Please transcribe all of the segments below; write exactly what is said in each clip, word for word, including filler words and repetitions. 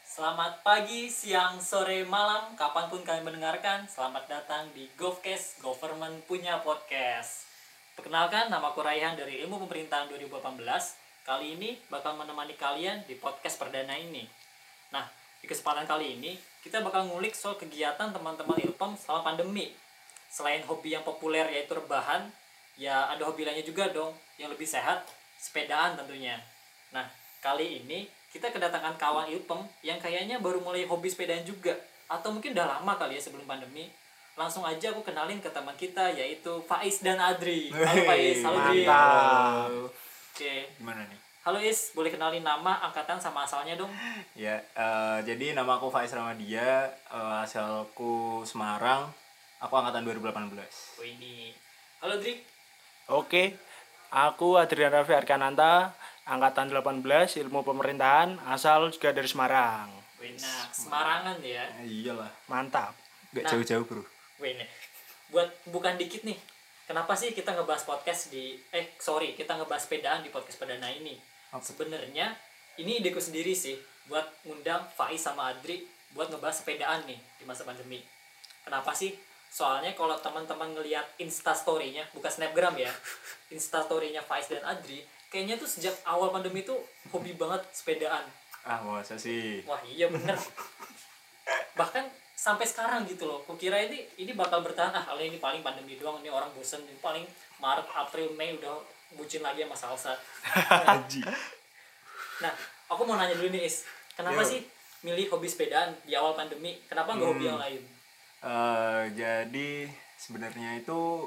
Selamat pagi, siang, sore, malam, kapanpun kalian mendengarkan, selamat datang di Govcast, Government Punya Podcast. Perkenalkan, nama aku Raihan dari Ilmu Pemerintahan dua ribu delapan belas. Kali ini bakal menemani kalian di podcast perdana ini. Nah, di kesempatan kali ini, kita bakal ngulik soal kegiatan teman-teman Ilpem selama pandemi. Selain hobi yang populer yaitu rebahan, ya ada hobi lainnya juga dong, yang lebih sehat, sepedaan tentunya. Nah, kali ini kita kedatangan kawan Ilpem yang kayaknya baru mulai hobi sepedaan juga, atau mungkin udah lama kali ya sebelum pandemi. Langsung aja aku kenalin ke teman kita, yaitu Faiz dan Adri. Halo Faiz, halo Adri. Mantap. Oke. Gimana nih? Halo Is, boleh kenalin nama, angkatan, sama asalnya dong? Ya, uh, jadi nama aku Faiz Ramadia, uh, asalku Semarang, aku angkatan dua ribu delapan belas. Oh ini. Halo Adri. Oke, aku Adrian Raffi Arkananta, angkatan delapan belas, ilmu pemerintahan, asal juga dari Semarang. Wena, Semarangan ya. Eh, iyalah, Mantap. gak Nah. jauh-jauh bro. Wena, buat bukan dikit nih. Kenapa sih kita ngebahas podcast di eh sorry kita ngebahas sepedaan di podcast perdana ini? Apa? Sebenarnya ini ideku sendiri sih buat ngundang Faiz sama Adri buat ngebahas sepedaan nih di masa pandemi. Kenapa sih? Soalnya kalau teman-teman ngelihat Insta story-nya, bukan Snapgram ya, Insta story-nya Faiz dan Adri, kayaknya tuh sejak awal pandemi tuh hobi banget sepedaan. Ah, masa sih? Wah iya bener. Bahkan sampai sekarang gitu loh. Kukira ini ini bakal bertahan, ah kalau ini paling pandemi doang, ini orang bosen, ini paling Maret, April, Mei udah bucin lagi sama salsa. Haji. Nah, aku mau nanya dulu nih Is, kenapa Yo. sih milih hobi sepedaan di awal pandemi? Kenapa nggak hobi Hmm. yang lain? Uh, jadi sebenarnya itu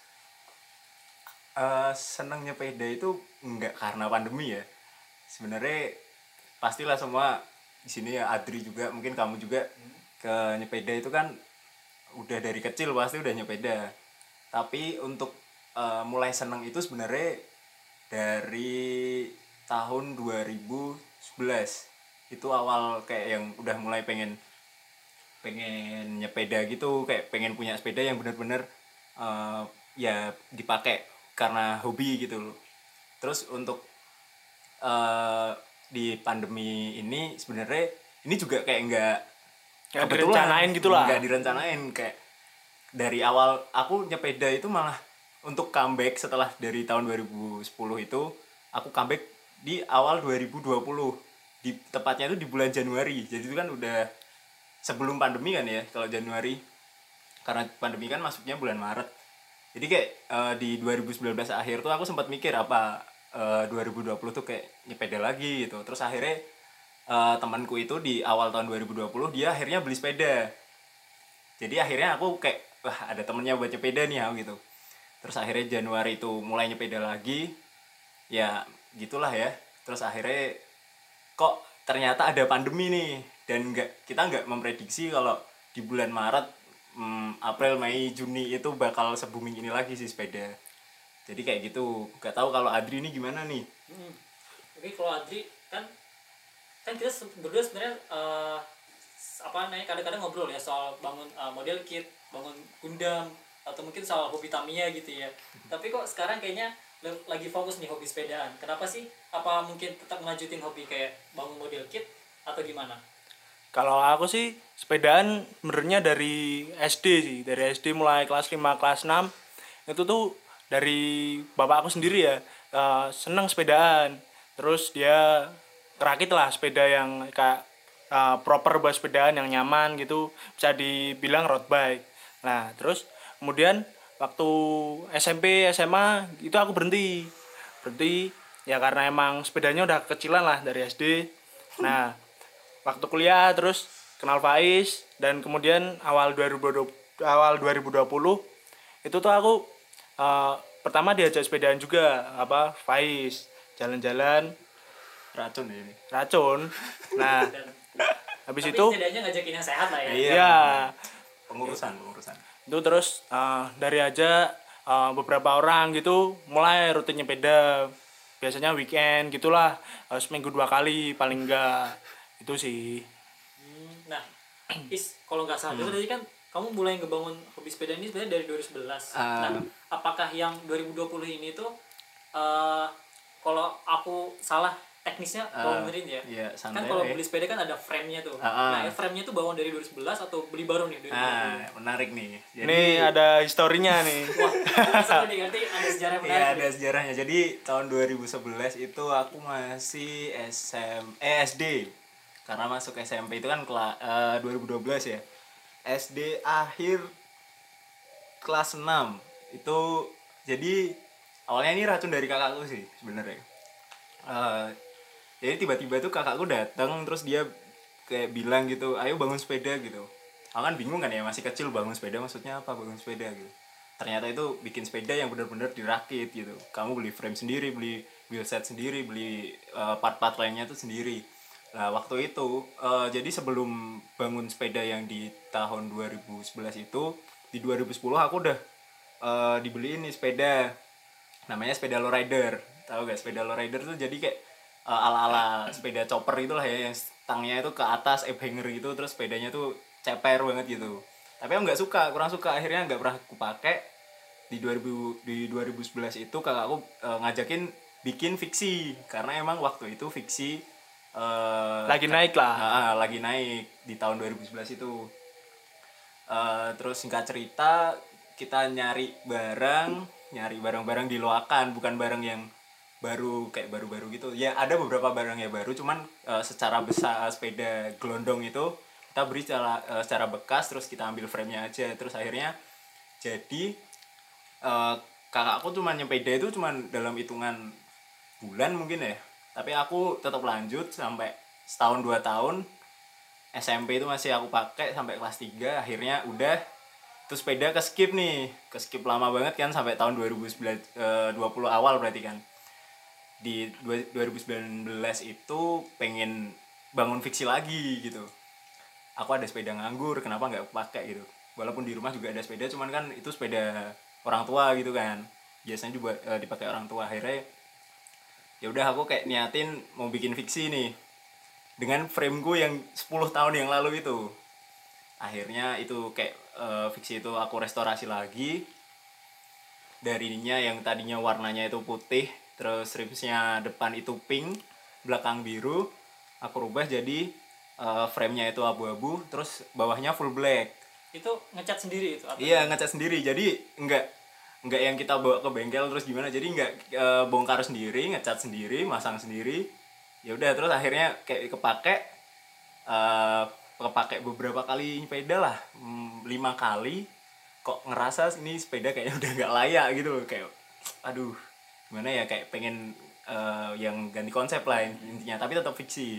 uh, senang nyepeda itu nggak karena pandemi ya. Sebenarnya pastilah semua di sini ya, Adri juga, mungkin kamu juga ke nyepeda itu kan udah dari kecil pasti udah nyepeda. Tapi untuk uh, mulai seneng itu sebenarnya dari tahun dua ribu sebelas. Itu awal kayak yang udah mulai pengen pengen nyepeda gitu, kayak pengen punya sepeda yang benar-benar uh, ya dipakai karena hobi gitu loh. Terus untuk uh, di pandemi ini sebenarnya ini juga kayak enggak Nggak direncanain gitu lah. Enggak direncanain, kayak dari awal aku nyepeda itu malah untuk comeback setelah dari tahun dua ribu sepuluh itu aku comeback di awal dua ribu dua puluh. Di tepatnya itu di bulan Januari. Jadi itu kan udah sebelum pandemi kan ya, kalau Januari, karena pandemi kan masuknya bulan Maret. Jadi kayak uh, di dua ribu sembilan belas akhir tuh aku sempat mikir apa uh, dua ribu dua puluh tuh kayak nyepeda lagi gitu. Terus akhirnya uh, temanku itu di awal tahun dua ribu dua puluh dia akhirnya beli sepeda. Jadi akhirnya aku kayak wah ada temennya buat nyepeda nih aku gitu. Terus akhirnya Januari itu mulai nyepeda lagi. Ya gitulah ya. Terus akhirnya kok ternyata ada pandemi nih, dan nggak kita nggak memprediksi kalau di bulan Maret, hmm, April, Mei, Juni itu bakal se-booming ini lagi sih sepeda. Jadi kayak gitu. Nggak tahu kalau Adri ini gimana nih? Hmm. Oke, kalau Adri kan kan kita se- berdua sebenarnya uh, apa namanya kadang-kadang ngobrol ya soal bangun uh, model kit, bangun Gundam, atau mungkin soal hobi Tamiya gitu ya. Tapi kok sekarang kayaknya le- lagi fokus nih hobi sepedaan. Kenapa sih? Apa mungkin tetap melanjutin hobi kayak bangun model kit atau gimana? Kalau aku sih sepedaan sebenarnya dari S D sih, dari S D mulai kelas lima, kelas enam. Itu tuh dari bapak aku sendiri ya, uh, seneng sepedaan. Terus dia kerakit lah sepeda yang kayak uh, proper buat sepedaan, yang nyaman gitu, bisa dibilang road bike. Nah, terus kemudian waktu S M P, S M A itu aku berhenti. Berhenti ya karena emang sepedanya udah kecilan lah dari S D. Nah, waktu kuliah terus kenal Faiz, dan kemudian awal dua ribu dua puluh, awal dua ribu dua puluh itu tuh aku uh, pertama diajak sepedaan juga, apa, Faiz jalan-jalan Racun ya ini. racun. Nah, Dan habis tapi itu setidaknya ngajakin yang sehat lah ya. Iya. ya Pengurusan, pengurusan. itu terus uh, dari aja uh, beberapa orang gitu mulai rutin nyepeda, biasanya weekend gitulah, uh, seminggu dua kali paling enggak, itu sih. Hmm, nah, Is, kalau nggak salah hmm. tadi kan kamu mulai ngebangun hobi sepeda ini sebenarnya dari dua ribu sebelas. Uh. Nah, apakah yang dua ribu dua puluh ini tuh uh, kalau aku salah teknisnya Ah, bawang benerin ya. iya, Kan santai kalau ya. beli sepeda kan ada frame-nya tuh. Ah, ah. Nah, frame-nya tuh bawang dari dua ribu sebelas atau beli baru nih dua ribu dua puluh? Nah, menarik nih. Jadi Ini ada historinya nih. Wah, seru nih, nanti ada sejarah Iya, menarik. ada sejarahnya. Jadi tahun dua ribu sebelas itu aku masih S M eh S D. Karena masuk S M P itu kan kela, eh, dua ribu dua belas ya. S D akhir kelas enam. Itu jadi awalnya ini racun dari kakakku sih sebenarnya. Eh, jadi tiba-tiba tuh kakakku datang terus dia kayak bilang gitu, ayo bangun sepeda gitu. Aku kan bingung kan ya, masih kecil bangun sepeda maksudnya apa bangun sepeda gitu. Ternyata itu bikin sepeda yang benar-benar dirakit gitu. Kamu beli frame sendiri, beli wheelset sendiri, beli uh, part-part lainnya tuh sendiri. Nah waktu itu uh, jadi sebelum bangun sepeda yang di tahun dua ribu sebelas itu, di dua ribu sepuluh aku udah uh, dibeliin nih sepeda, namanya sepeda lowrider. Tahu gak sepeda lowrider tuh jadi kayak uh, ala-ala sepeda chopper itulah ya, yang stangnya itu ke atas, ape hanger gitu, terus sepedanya tuh ceper banget gitu. Tapi aku nggak suka, kurang suka, akhirnya nggak pernah aku pakai. Di dua ribu di dua ribu sebelas itu kakakku uh, ngajakin bikin fiksi, karena emang waktu itu fiksi uh, Lagi naik lah. uh, lagi naik di tahun dua ribu sebelas itu. Uh, terus singkat cerita kita nyari barang, nyari barang-barang di loakan, bukan barang yang baru kayak baru-baru gitu. Ya ada beberapa barang yang baru, cuman uh, secara besar sepeda gelondong itu kita beri secara, uh, secara bekas, terus kita ambil frame-nya aja. Terus akhirnya jadi uh, kakakku cuma nyepeda itu cuma dalam hitungan bulan mungkin ya. Tapi aku tetap lanjut sampai setahun dua tahun. S M P itu masih aku pakai sampai kelas tiga, akhirnya udah itu sepeda ke skip nih, ke skip lama banget kan sampai tahun dua ribu dua puluh awal berarti kan. Di dua ribu sembilan belas itu pengen bangun fiksi lagi gitu. Aku ada sepeda nganggur, kenapa nggak aku pakai gitu. Walaupun di rumah juga ada sepeda, cuman kan itu sepeda orang tua gitu kan. Biasanya juga e, dipakai orang tua. Akhirnya ya udah aku kayak niatin mau bikin fiksi nih dengan frame gue yang sepuluh tahun yang lalu itu. Akhirnya itu kayak e, fiksi itu aku restorasi lagi. Darinya yang tadinya warnanya itu putih, terus rimsnya depan itu pink, belakang biru, aku rubah jadi uh, frame-nya itu abu-abu, terus bawahnya full black. Itu ngecat sendiri itu? Atau Iya, ngecat sendiri. Jadi enggak enggak yang kita bawa ke bengkel terus gimana. Jadi enggak uh, bongkar sendiri, ngecat sendiri, masang sendiri. Ya udah, terus akhirnya kayak kepake uh, kepake beberapa kali sepeda lah, hmm, lima kali. Kok ngerasa ini sepeda kayaknya udah nggak layak gitu loh, kayak aduh gimana ya, kayak pengen uh, yang ganti konsep lah intinya, tapi tetap fiksi.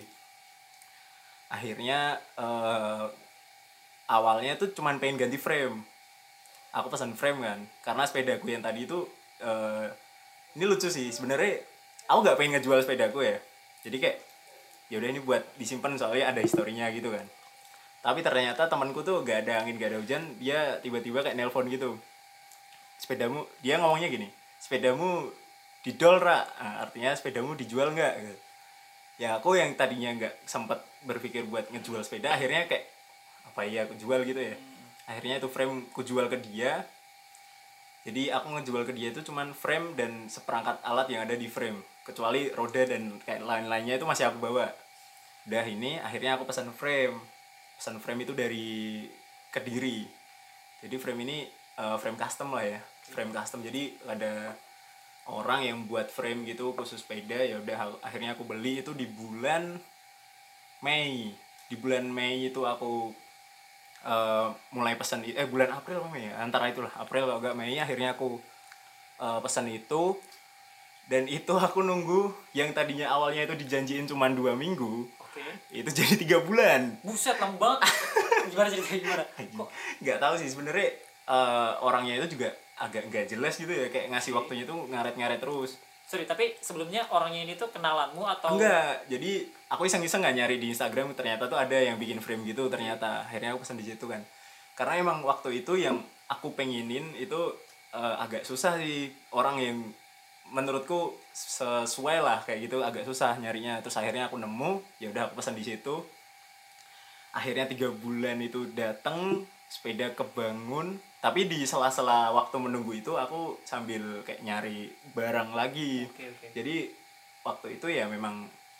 Akhirnya uh, awalnya tuh cuman pengen ganti frame, aku pesan frame kan, karena sepeda gue yang tadi itu uh, ini lucu sih sebenarnya, aku nggak pengen ngejual sepedaku ya, jadi kayak ya udah ini buat disimpan soalnya ada historinya gitu kan. Tapi ternyata temanku tuh gak ada angin gak ada hujan, dia tiba-tiba kayak nelpon gitu, sepedamu, dia ngomongnya gini, sepedamu didol Ra, nah, artinya sepedamu dijual nggak gitu. Ya aku yang tadinya nggak sempet berpikir buat ngejual sepeda, akhirnya kayak apa iya aku jual gitu ya. Akhirnya itu frame ku jual ke dia. Jadi aku ngejual ke dia itu cuman frame dan seperangkat alat yang ada di frame, kecuali roda dan kayak lain-lainnya itu masih aku bawa. Udah ini akhirnya aku pesan frame. Pesan frame itu dari Kediri. Jadi frame ini uh, frame custom lah ya, frame custom. Jadi ada orang yang buat frame gitu khusus sepeda. Ya udah akhirnya aku beli itu di bulan Mei. Di bulan Mei itu aku uh, mulai pesan eh bulan April apa Mei ya? Antara itulah, April atau enggak Mei, akhirnya aku uh, pesan itu. Dan itu aku nunggu yang tadinya awalnya itu dijanjiin cuma dua minggu. Oke. Itu jadi tiga bulan. Buset, lama banget. Gimana ceritanya gimana? Kok Nggak tahu sih sebenarnya, uh, orangnya itu juga agak nggak jelas gitu ya, kayak ngasih waktunya tuh ngaret-ngaret terus. sorry, tapi sebelumnya orangnya ini tuh kenalanmu atau Enggak, jadi aku iseng-iseng nggak nyari di Instagram, ternyata tuh ada yang bikin frame gitu ternyata. Akhirnya aku pesan di situ kan. Karena emang waktu itu yang aku pengenin itu uh, agak susah sih, orang yang menurutku sesuai lah kayak gitu, agak susah nyarinya. Terus akhirnya aku nemu, ya udah aku pesan di situ. Akhirnya tiga bulan itu datang, sepeda kebangun. Tapi di sela-sela waktu menunggu itu aku sambil kayak nyari barang lagi. Oke, oke. Jadi waktu itu ya memang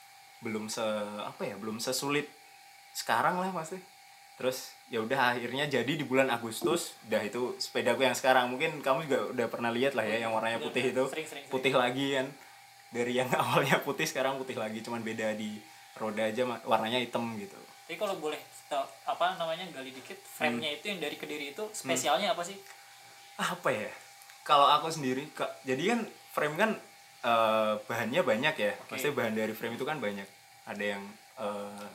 belum se apa ya belum sesulit sekarang lah pasti. Terus ya udah akhirnya jadi di bulan Agustus udah itu sepedaku yang sekarang. Mungkin kamu juga udah pernah lihat lah ya yang warnanya putih itu. Sering, sering, sering. Putih lagi kan, dari yang awalnya putih sekarang putih lagi, cuman beda di roda aja warnanya hitam gitu. Tapi kalau boleh tau, apa namanya gali dikit, frame-nya hmm. itu yang dari Kediri itu spesialnya hmm. apa sih? Apa ya? Kalau aku sendiri, Kak, jadi kan frame kan uh, bahannya banyak ya. Okay. Maksudnya bahan dari frame itu kan banyak. Ada yang uh,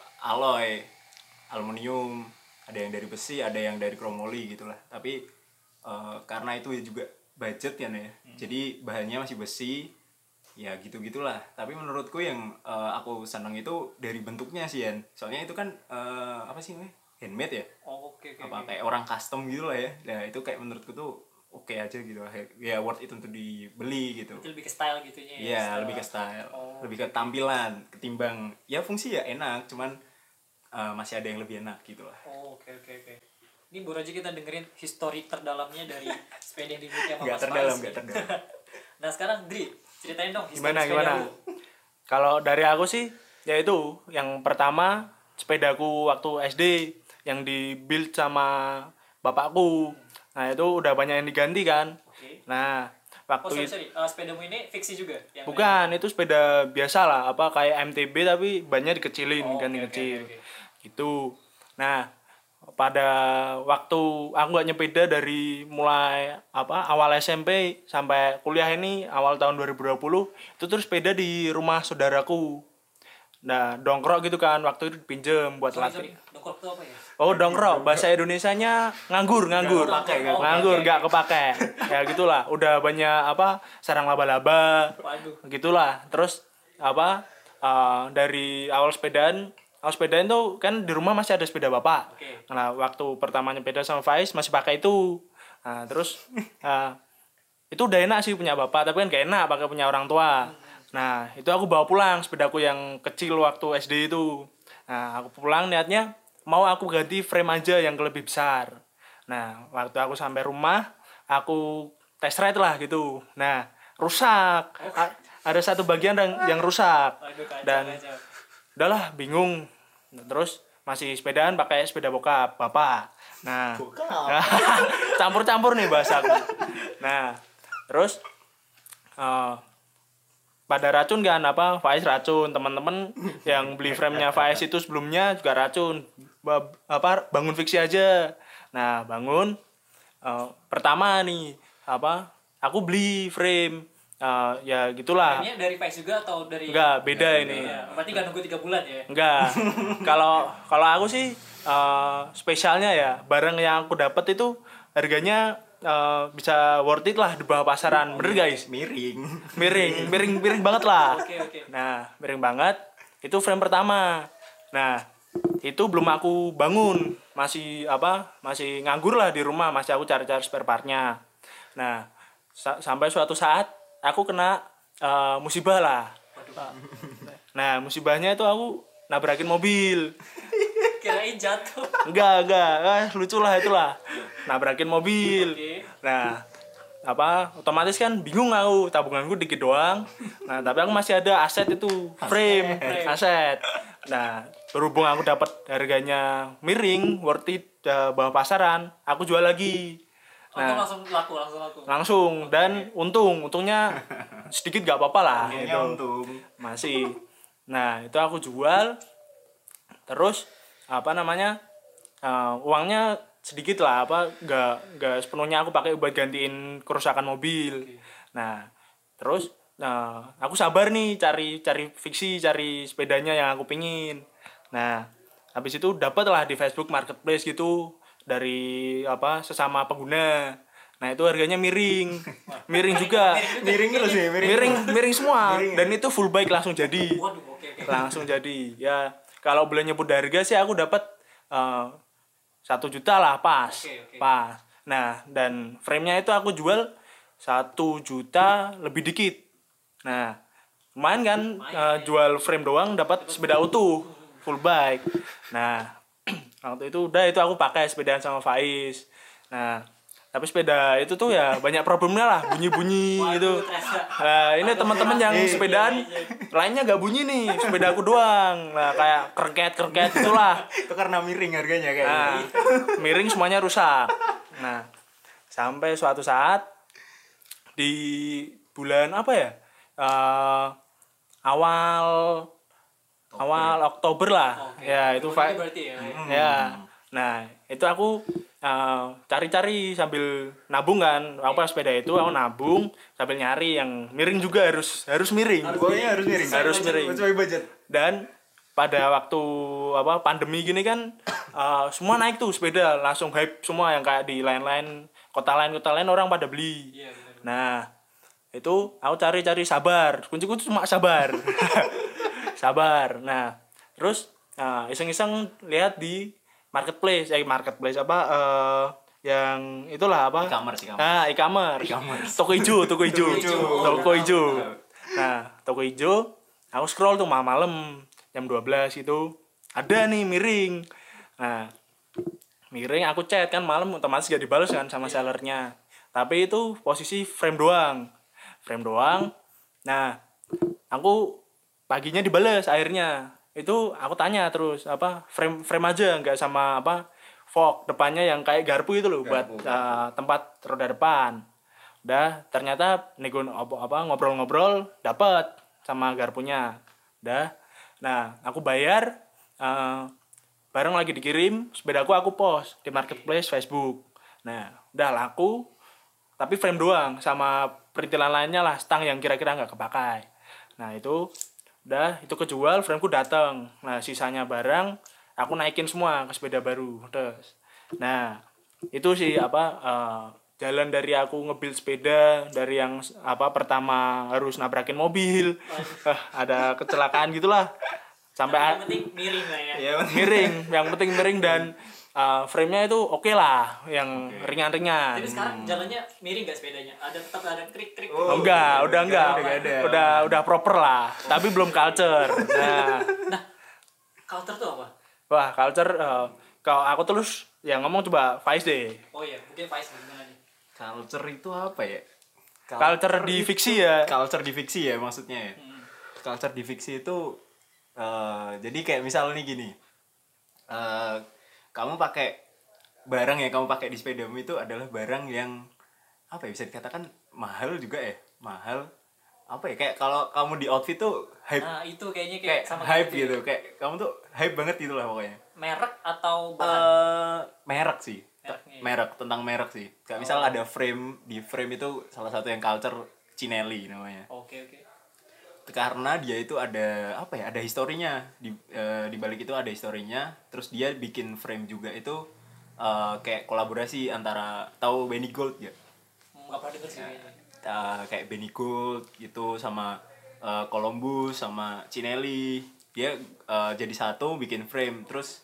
alloy, aluminium, ada yang dari besi, ada yang dari kromoli gitulah. Tapi uh, karena itu juga budget ya nih. Hmm. Jadi bahannya masih besi. Ya gitu-gitulah. Tapi menurutku yang uh, aku seneng itu dari bentuknya sih Yan. Soalnya itu kan uh, apa sih namanya? Handmade ya? Oh, oke okay, oke. Okay, apa okay. Kayak orang custom gitu lah ya. Nah, itu kayak menurutku tuh oke okay aja gitu. Ya worth it untuk dibeli gitu. Itu lebih ke style gitunya ya. Iya, lebih ke style. Oh, lebih ke tampilan ketimbang ya fungsi ya enak, cuman uh, masih ada yang lebih enak gitu lah. Oh, oke okay, oke okay, oke. Okay. Ini baru aja kita dengerin histori terdalamnya dari sepeda yang dimiliki sama Mas terdalam, gak terdalam. Nah, sekarang Dri, ceritain dong gimana gimana. Kalau dari aku sih yaitu yang pertama sepedaku waktu S D yang di build sama bapakku. Nah, itu udah banyak yang diganti kan. Okay. Nah, waktu oh, sorry, sorry. Uh, sepedamu ini fiksi juga? Yang bukan, lain? Itu sepeda biasa lah, apa kayak M T B tapi bannya dikecilin, oh, ganti okay, kecil. Okay, okay. Gitu. Nah, pada waktu aku nggak nyepeda dari mulai apa awal S M P sampai kuliah ini awal tahun dua ribu dua puluh itu terus sepeda di rumah saudaraku. Nah, dongkrok gitu kan, waktu itu pinjem buat latih. Dongkrok itu apa ya? Oh, dongkrok, bahasa Indonesianya nganggur, nganggur. Gak kepake, oh, nganggur, okay, nggak kepake. Ya gitulah, udah banyak apa sarang laba-laba. Waduh. Gitulah. Terus apa uh, dari awal sepedaan, awal sepedaan tuh kan di rumah masih ada sepeda bapak. Okay. Nah, waktu pertama nyepeda sama Faiz masih pakai itu. Nah, terus uh, itu udah enak sih punya bapak, tapi kan gak enak pakai punya orang tua. Nah, itu aku bawa pulang sepedaku yang kecil waktu S D itu. Nah, aku pulang niatnya mau aku ganti frame aja yang lebih besar. Nah, waktu aku sampai rumah, aku test ride lah gitu. Nah, rusak. A- ada satu bagian yang, yang rusak. Dan udahlah bingung. Terus masih sepedaan pakai sepeda bokap, bapak. Nah, campur-campur nih bahasaku. Nah, terus uh, pada racun kan apa Faiz racun, teman-teman yang beli frame-nya Faiz itu sebelumnya juga racun. Ba- apa bangun fiksi aja. Nah, bangun uh, pertama nih apa aku beli frame uh, ya gitulah. Frame-nya dari Faiz juga atau dari enggak beda ya, ini ya, berarti gak nunggu tiga bulan ya? Enggak. Kalau kalau aku sih uh, spesialnya ya barang yang aku dapat itu harganya Uh, bisa worth it lah di bawah pasaran, bener guys? Miring, miring, miring, miring banget lah. Okay, okay. Nah, miring banget. Itu frame pertama. Nah, itu belum aku bangun, masih apa? Masih nganggur lah di rumah, masih aku cari-cari spare partnya. Nah, sa- sampai suatu saat aku kena uh, musibah lah. Nah, musibahnya itu aku nabrakin mobil. Kirain jatuh. Enggak, enggak, ah, lucu lah itulah. Nabrakin mobil. Okay. Nah, apa otomatis kan bingung aku, tabunganku dikit doang. Nah, tapi aku masih ada aset itu, frame, aset. aset. Nah, berhubung aku dapat harganya miring, worth it uh, bawah pasaran, aku jual lagi. Nah, langsung laku, langsung laku. Langsung dan untung, untungnya sedikit gak apa-apa lah. Itu untung. Masih. Nah, itu aku jual. Terus apa namanya? Uh, uangnya sedikit lah apa nggak nggak sepenuhnya aku pakai buat gantiin kerusakan mobil. Okay. Nah terus nah aku sabar nih cari cari fiksi cari sepedanya yang aku pingin. Nah habis itu dapat lah di Facebook Marketplace gitu dari apa sesama pengguna. Nah itu harganya miring miring juga miring terus ya miring miring, miring semua miring, dan itu full bike langsung jadi. Waduh, okay, okay. Langsung jadi ya kalau boleh nyebut harga sih aku dapat uh, satu juta lah pas, okay, okay. pas. Nah dan frame-nya itu aku jual satu juta lebih dikit. Nah lumayan kan uh, jual frame doang dapat sepeda utuh full bike. Nah waktu itu udah itu aku pakai sepedaan sama Faiz. Nah Tapi sepeda itu tuh ya banyak problemnya lah, bunyi-bunyi gitu. Terasa. Nah, ini teman-teman yang Eh, sepedaan lainnya gak bunyi nih, sepeda aku doang. Nah, kayak kerket-kerket itulah. Itu karena miring harganya kayaknya. Nah, miring semuanya rusak. Nah, sampai suatu saat di bulan apa ya? Eh, awal awal Oktober lah. Oke. Ya, itu Oh, fa- ini berarti ya. ya. Nah, itu aku eh, cari-cari sambil nabung kan. Aku pas sepeda itu aku nabung sambil nyari yang miring juga harus harus miring. Pokoknya harus miring. Harus miring. Sesuai budget. Dan pada waktu apa pandemi gini kan eh, semua naik tuh sepeda, langsung hype semua yang kayak di lain-lain kota lain kota lain orang pada beli. Iya, benar. Nah, itu aku cari-cari sabar. Kunci-kunci cuma sabar. Sabar. Nah, terus nah, iseng-iseng lihat di marketplace, eh marketplace apa eh yang itulah apa? E-commerce, e-commerce. Nah, e-commerce. E-commerce. Toko hijau, toko hijau. hijau. Toko hijau. Nah, toko hijau, aku scroll tuh malam-malam jam dua belas itu ada nih miring. Nah, miring aku chat kan malam otomatis gak dibalas kan sama sellernya. Tapi itu posisi frame doang. Frame doang. Nah, aku paginya dibales akhirnya. Itu aku tanya terus apa frame frame aja nggak sama apa fork depannya yang kayak garpu itu loh buat Garpu. uh, tempat roda depan. Udah ternyata nego apa apa, ngobrol-ngobrol dapat sama garpunya. Udah. Nah, aku bayar uh, barang lagi dikirim, sepedaku aku post di marketplace Facebook. Nah, udah laku tapi frame doang sama perintilan lainnya lah, stang yang kira-kira nggak kepakai. Nah, itu udah itu kejual, frameku datang. Nah, sisanya barang aku naikin semua ke sepeda baru. Terus. Nah, itu sih apa eh, jalan dari aku nge-build sepeda dari yang apa pertama harus nabrakin mobil. Eh, ada kecelakaan gitulah. Sampai Yang penting miring lah ya. Iya, miring, yang penting miring dan uh, frame-nya itu oke lah, yang ringan-ringan. Jadi sekarang jalannya miring gak sepedanya? Ada tetap ada krik-krik. Oh. Enggak, udah enggak. udah nggak ada. Udah udah proper lah, tapi belum culture. Nah, Nah, culture tuh apa? wah, culture uh, kalau aku terus yang ngomong coba Faiz deh. Oh iya, mungkin Faiz gimana nih? Culture itu apa ya? Culture di itu- fiksi ya. Culture di fiksi ya maksudnya ya. Hmm. Culture di fiksi itu eh, jadi kayak misal nih gini. eh, kamu pakai barang yang kamu pakai di sepedamu itu adalah barang yang apa ya bisa dikatakan mahal juga ya, mahal apa ya kayak kalau kamu di outfit tuh hype Nah, itu kayaknya kayak kayak, sama hype kayak gitu, kayak kamu tuh hype banget gitu lah pokoknya. merek atau bahan? Eh merek sih. Mereknya ya? Merek, tentang merek sih. Kayak misal ada frame, di frame itu salah satu yang culture Cinelli namanya. Oke, oke. Karena dia itu ada apa ya? Ada historinya di eh, di balik itu ada historinya. Terus dia bikin frame juga itu eh, kayak kolaborasi antara tahu Benny Gold ya? Hmm, Nggak pernah denger sih kayaknya. Eh, kayak Benny Gold gitu sama eh, Columbus sama Cinelli. Dia eh, jadi satu bikin frame. Terus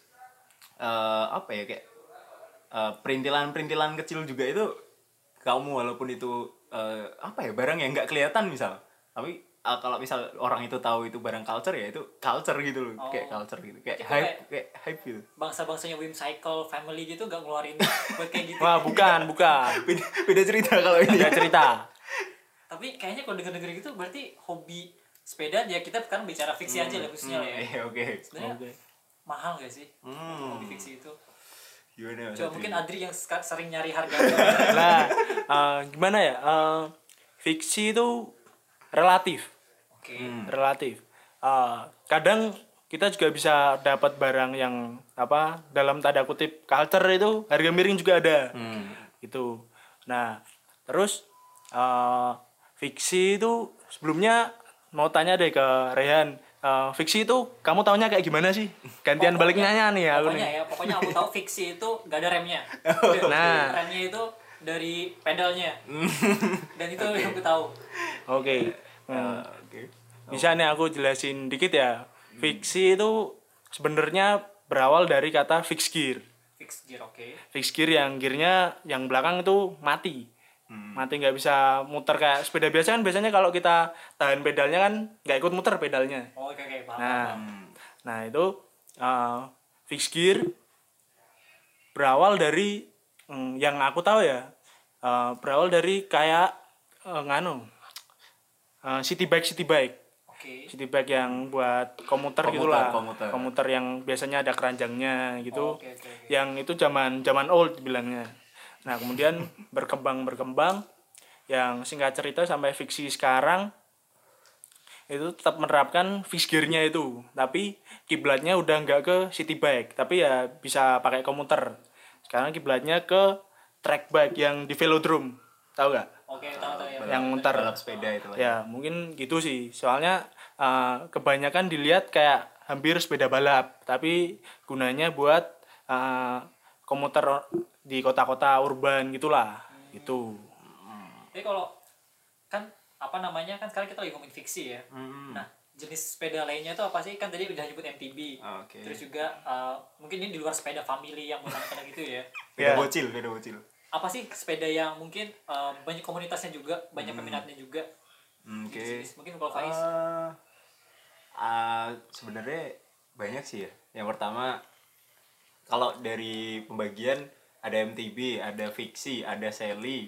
eh, apa ya kayak eh, perintilan-perintilan kecil juga itu kamu walaupun itu eh, apa ya barang yang nggak kelihatan misal tapi eh, kalau misal orang itu tahu itu barang culture ya itu culture gitu loh. Oh. Kayak culture gitu kayak Itu hype kayak- kayak hype gitu. Bangsa-bangsanya Whimsical Family gitu nggak ngeluarin buat kayak gitu. Wah, bukan, bukan. beda, beda cerita kalau ini. Beda cerita. Tapi kayaknya kalau denger-denger gitu berarti hobi sepeda ya kita kan bicara fiksi aja lah khususnya lah ya. Iya oke. Sebenarnya Oke. mahal gak sih Hmm. hobi fiksi itu? Gimana Mas Coba Adri? mungkin Adri yang ska- sering nyari harga. Nah, eh, gimana ya? Eh, fiksi itu relatif. Oke. Hmm. Relatif. Eh, kadang kita juga bisa dapat barang yang apa dalam tanda kutip culture itu harga miring juga ada. Hmm. Itu. Nah, terus eh, fiksi itu sebelumnya mau tanya deh ke Rehan. Eh, fiksi itu kamu taunya kayak gimana sih? Gantian balik Pokoknya- nanya nih aku Pokoknya nih. ya, pokoknya aku tahu fiksi itu gak ada remnya. Nah. Remnya itu dari pedalnya. Dan itu yang aku tahu. Oke. Hmm. Ah, Oke. Bisa nih aku jelasin dikit ya. Fiksi itu sebenarnya berawal dari kata fixed gear. Fix gear, oke. Fixed gear yang gearnya yang belakang itu mati. Hmm. Mati nggak bisa muter kayak sepeda biasa kan biasanya kalau kita tahan pedalnya kan nggak ikut muter pedalnya. Oh, oke, oke, paham. Nah, Hmm. nah itu uh, fixed gear berawal dari mm, yang aku tahu ya eh, berawal dari kayak eh, nganu eh, city bike city bike Oke. city bike yang buat komuter, Komuter, gitulah komuter. komuter yang biasanya ada keranjangnya gitu. Oh, oke, oke, oke. Yang itu zaman zaman old bilangnya. Nah kemudian berkembang berkembang yang singkat cerita sampai fiksi sekarang itu tetap menerapkan fixed gear-nya itu, tapi kiblatnya udah nggak ke city bike, tapi ya bisa pakai komuter. Sekarang kiblatnya ke track bike yang di velodrome, tahu nggak? Oke, tahu-tahu ya. Yang muter. balap sepeda itu lah. Ya mungkin gitu sih, soalnya uh, kebanyakan dilihat kayak hampir sepeda balap, tapi gunanya buat uh, komuter di kota-kota urban gitulah. Gitu. Tapi kalau kan apa namanya kan sekarang kita lagi ngomongin fiksi ya. Hmm. Nah, jenis sepeda lainnya itu apa sih? Kan tadi udah nyebut M T B. Oke. Terus juga uh, mungkin ini di luar sepeda family yang anak-anak gitu ya. Beda Ya. bocil, beda bocil. Apa sih sepeda yang mungkin uh, banyak komunitasnya juga, banyak peminatnya juga? Hmm, Oke. Gitu sih. Mungkin kalau Faiz. Eh, ah, sebenarnya banyak sih ya. Yang pertama kalau dari pembagian ada M T B, ada fiksi, ada Sally,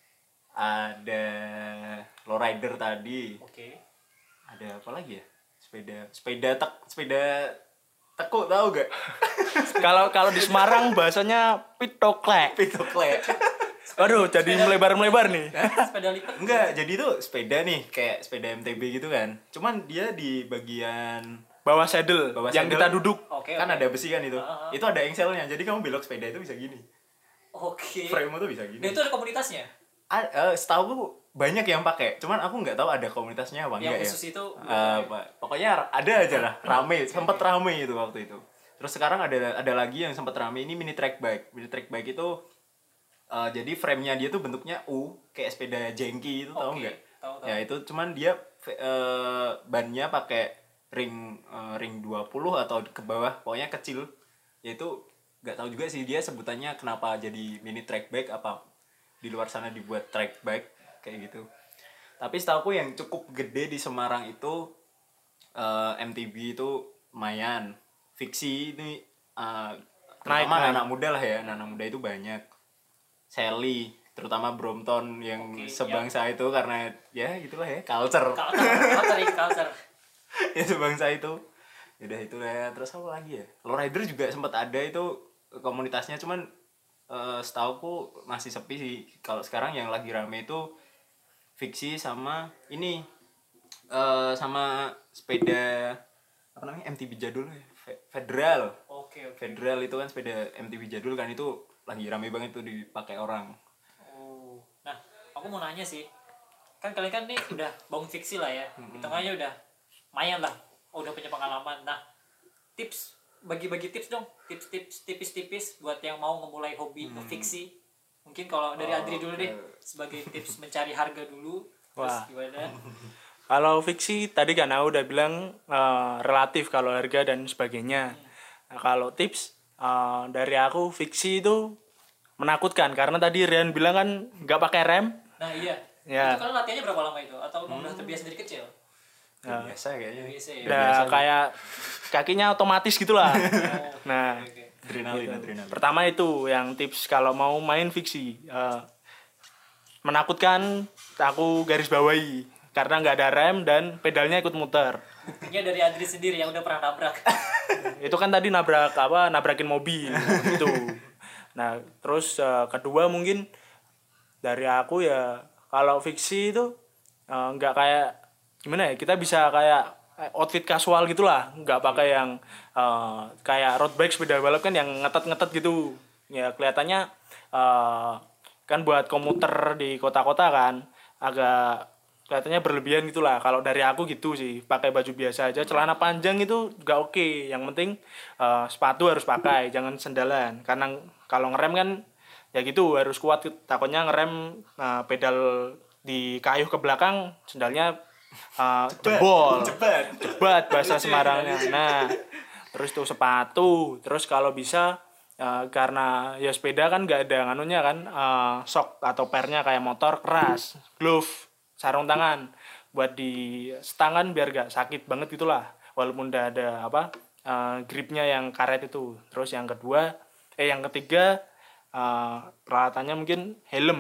ada lowrider tadi, Oke. ada apa lagi ya? Sepeda, sepeda tek, sepeda tekuk tahu gak? Kalau kalau di Semarang bahasanya pitoklek. Pitokle. Waduh, jadi melebar-melebar nih. Sepeda lipat. Enggak, jadi tuh sepeda nih kayak sepeda M T B gitu kan. Cuman dia di bagian Bawah saddle bawah yang saddle kita duduk. Oke. kan oke. ada besi kan itu. Ah, ah. Itu ada engselnya. Jadi kamu belok sepeda itu bisa gini. Oke. Frame tuh bisa gini. Dan itu ada komunitasnya. A- eh, setahu aku banyak yang pakai. Cuman aku nggak tahu ada komunitasnya apa enggak Yang ya. khusus itu. Eh, apa- pokoknya ada aja lah, rame, sempet rame itu waktu itu. Terus sekarang ada ada lagi yang sempat rame, ini mini track bike. Mini track bike itu eh, jadi frame-nya dia tuh bentuknya U, kayak sepeda jengki itu, tahu Oke, nggak? tahu, tahu. Ya itu cuman dia eh, bannya pakai ring eh, ring dua puluh atau ke bawah, pokoknya kecil. Yaitu nggak tahu juga sih dia sebutannya kenapa jadi mini track bike, apa di luar sana dibuat track bike kayak gitu. Tapi setahu aku yang cukup gede di Semarang itu eh, M T B itu lumayan. Fiksi ini eh, Naik, terutama naik. anak muda lah ya, anak muda itu banyak. Sally, terutama Brompton yang Oke, sebangsa itu karena ya gitulah ya, culture. Culture, culture, ya, culture. Ya sebangsa itu. Udah itu lah ya. Terus apa lagi ya? Lowrider juga sempat ada itu komunitasnya, cuman eh, setauku masih sepi sih. Kalau sekarang yang lagi rame itu fiksi sama ini eh, sama sepeda apa namanya M T B jadul ya, Fe- Federal. Oke, oke. Federal itu kan sepeda M T B jadul kan, itu lagi rame banget tuh dipakai orang. Oh. Nah, aku mau nanya sih. Kan kalian kan nih udah bangun fiksi lah ya. Hitungannya udah lumayan lah. Oh, udah punya pengalaman. Nah, tips bagi-bagi tips dong. Tips-tips tipis-tipis buat yang mau memulai hobi fiksi. Mungkin kalau dari Oh, Adri dulu deh oke. sebagai tips mencari harga dulu. Terus Wah. gimana? Kalau fiksi tadi kan aku udah bilang eh, relatif kalau harga dan sebagainya. Nah, kalau tips eh, dari aku fiksi itu menakutkan karena tadi Rian bilang kan nggak pakai rem. Nah, iya. Ya. Itu kalian latihannya berapa lama itu? Atau udah terbiasa dari kecil? Ya, biasa kayaknya. Biasa ya. Udah kayak kakinya otomatis gitulah. Nah, Oke, oke. Adrenalin, adrenalin. pertama itu yang tips kalau mau main fiksi eh, menakutkan aku garis bawahi karena nggak ada rem dan pedalnya ikut muter. Buktinya dari Adri sendiri yang udah pernah nabrak. Itu kan tadi nabrak apa nabrakin mobil gitu. Nah terus eh, kedua mungkin dari aku ya kalau fiksi itu eh, nggak kayak gimana ya, kita bisa kayak eh, outfit casual gitulah, nggak pakai yang eh, kayak road bike sepeda balap kan yang ngetet-ngetet gitu ya, kelihatannya eh, kan buat komuter di kota-kota kan agak kelihatannya berlebihan gitulah. Kalau dari aku gitu sih, pakai baju biasa aja, celana panjang itu juga oke. Yang penting eh, sepatu harus pakai, jangan sendalan. Karena kalau ngerem kan ya gitu harus kuat. Takutnya ngerem eh, pedal di kayuh ke belakang, sendalnya eh, jebol, Cepat. jebat bahasa Semarangnya. Nah, terus tuh sepatu, terus kalau bisa eh, karena ya sepeda kan nggak ada nganunya kan, eh, sok atau pernya kayak motor keras, glove, sarung tangan buat di setangan biar gak sakit banget gitulah, walaupun udah ada apa eh, gripnya yang karet itu. Terus yang kedua eh yang ketiga eh, peralatannya mungkin helm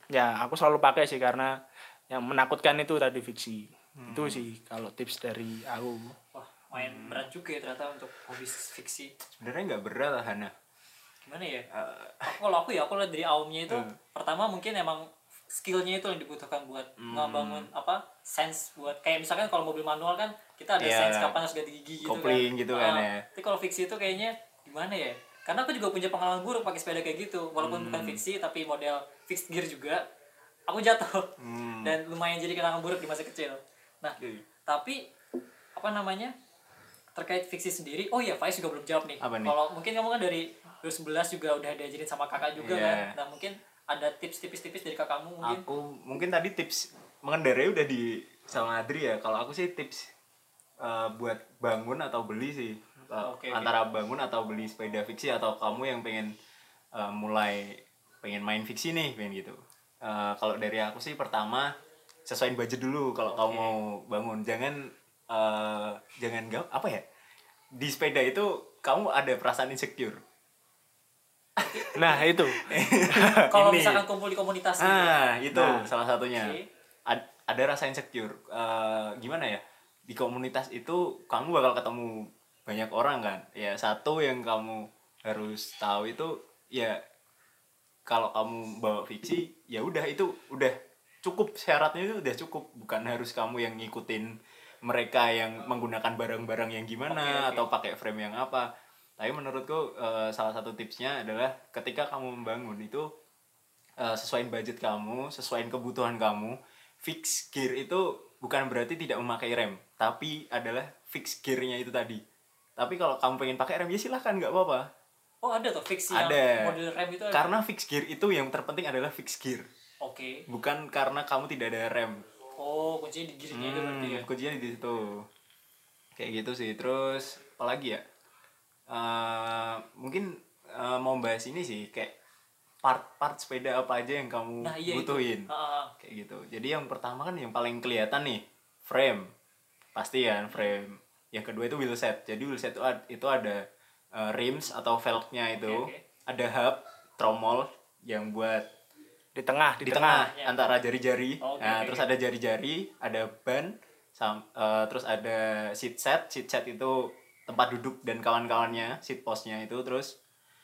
ya aku selalu pakai sih karena yang menakutkan itu tadi fiksi. Hmm. Itu sih kalau tips dari aku. Wah, main hmm. berat juga ya ternyata untuk hobi fiksi. Sebenarnya nggak berat lah Hana. Gimana ya? Uh, aku, kalau aku ya aku lihat dari awamnya itu uh. pertama mungkin emang skillnya itu yang dibutuhkan buat hmm. ngebangun apa sense buat kayak misalkan kalau mobil manual kan kita ada yeah. sense kapan harus ganti gigi gitu kopling kan. gitu uh, kan ya. Tapi kalau fiksi itu kayaknya gimana ya? Karena aku juga punya pengalaman buruk pakai sepeda kayak gitu, walaupun hmm. bukan fiksi tapi model fixed gear juga. Aku jatuh hmm. dan lumayan jadi kenangan buruk di masa kecil. Nah, okay. tapi apa namanya terkait fiksi sendiri, oh iya Faiz juga belum jawab nih. Kalau mungkin kamu kan dari dua ribu sebelas juga udah diajarin sama kakak juga yeah. kan. Nah mungkin ada tips tipis-tipis dari kakakmu mungkin. Aku mungkin tadi tips mengendarai udah di sama Adri ya. Kalau aku sih tips uh, buat bangun atau beli sih. Uh, okay, antara okay. bangun atau beli sepeda fiksi atau kamu yang pengen uh, mulai pengen main fiksi nih pengen gitu. Uh, kalau dari aku sih pertama sesuaiin budget dulu kalau okay. kamu mau bangun. Jangan uh, jangan gak apa ya? Di sepeda itu kamu ada perasaan insecure. Nah, itu. Kalau misalkan kumpul di komunitas gitu. Ah, itu nah, salah satunya. Okay. Ad, ada rasa insecure. Uh, gimana ya? Di komunitas itu kamu bakal ketemu banyak orang kan. Ya, satu yang kamu harus tahu itu ya kalau kamu bawa fiksi ya udah itu udah cukup, syaratnya itu udah cukup, bukan harus kamu yang ngikutin mereka yang menggunakan barang-barang yang gimana okay, okay. atau pakai frame yang apa. Tapi menurutku uh, salah satu tipsnya adalah ketika kamu membangun itu uh, sesuaiin budget kamu, sesuaiin kebutuhan kamu. Fix gear itu bukan berarti tidak memakai rem, tapi adalah fix gearnya itu tadi. Tapi kalau kamu pengen pakai rem ya silahkan, nggak apa-apa. Oh ada tuh fix yang ada. Model rem itu ada. Karena fix gear itu yang terpenting adalah fix gear. Oke. Okay. Bukan karena kamu tidak ada rem. Oh kuncinya di gearnya hmm, itu berarti ya. Kuncinya di situ. Kayak gitu sih. Terus apa lagi ya? Uh, mungkin uh, mau bahas ini sih kayak part-part sepeda apa aja yang kamu nah, iya butuhin. Uh, kayak gitu. Jadi yang pertama kan yang paling kelihatan nih frame. Pasti kan frame. Yang kedua itu wheel set. Jadi wheel set itu ada, itu ada uh, rims atau velgnya itu. Okay, okay. Ada hub, tromol yang buat di tengah, di, di tengah, tengah ya. Antara jari-jari. Okay, nah, okay, terus okay. ada jari-jari, ada ban, sam, uh, terus ada seat set. Seat set itu tempat duduk dan kawan-kawannya, seat postnya itu. Terus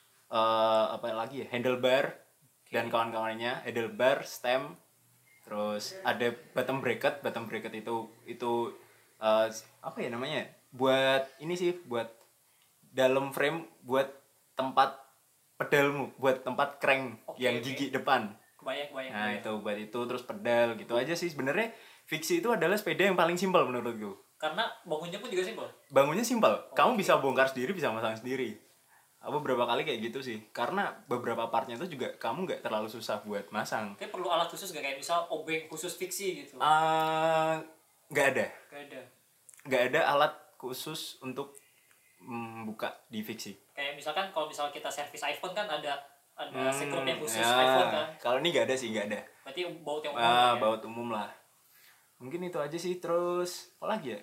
uh, apa lagi ya? Handlebar okay. dan kawan-kawannya, handlebar, stem. Terus ada bottom bracket. Bottom bracket itu itu uh, apa ya namanya? Buat ini sih, buat dalam frame, buat tempat pedalmu, buat tempat crank okay, yang gigi okay. depan. Kebayang, kebayang. Nah, kebayang. Itu buat itu, terus pedal gitu aja sih sebenarnya. Fiksi itu adalah sepeda yang paling simpel menurutku. Karena bangunnya pun juga simpel. Bangunnya simpel. Okay. Kamu bisa bongkar sendiri, bisa masang sendiri. Aku beberapa kali kayak gitu sih. Karena beberapa partnya itu juga kamu nggak terlalu susah buat masang. Kayak perlu alat khusus nggak, kayak misal obeng khusus fiksi gitu? Uh, nggak ada. Nggak ada. Nggak ada alat khusus untuk membuka mm, di fiksi. Kayak misalkan kalau misal kita servis iPhone kan ada ada hmm, sekrup yang khusus ya, iPhone kan. Kalau ini nggak ada sih, nggak ada. Berarti baut yang umum. Ah, ya? Baut umum lah. Mungkin itu aja sih. Terus apa lagi ya?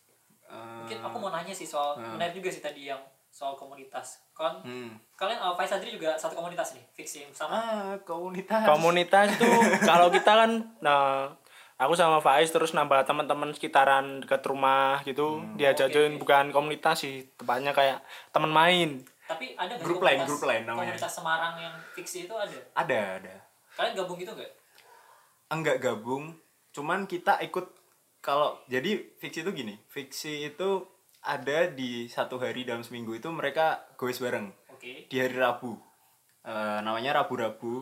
Uh, Mungkin aku mau nanya sih soal uh, menarik juga sih tadi yang soal komunitas. Kan hmm. kalian uh, Faiz Adri juga satu komunitas nih, fiksi sama. Ah, komunitas. Komunitas tuh kalau kita kan nah aku sama Faiz terus nambah teman-teman sekitaran dekat rumah gitu, hmm. diajakin okay, okay. bukan komunitas sih, tepatnya kayak teman main. Tapi ada nggak grup lain, grup lain namanya. Komunitas Semarang yang fiksi itu ada? Ada, ada. Kalian gabung gitu nggak? Enggak gabung, cuman kita ikut. Kalau jadi fiksi itu gini, fiksi itu ada di satu hari dalam seminggu itu mereka goes bareng. Okay. Di hari Rabu, e, namanya Rabu-Rabu.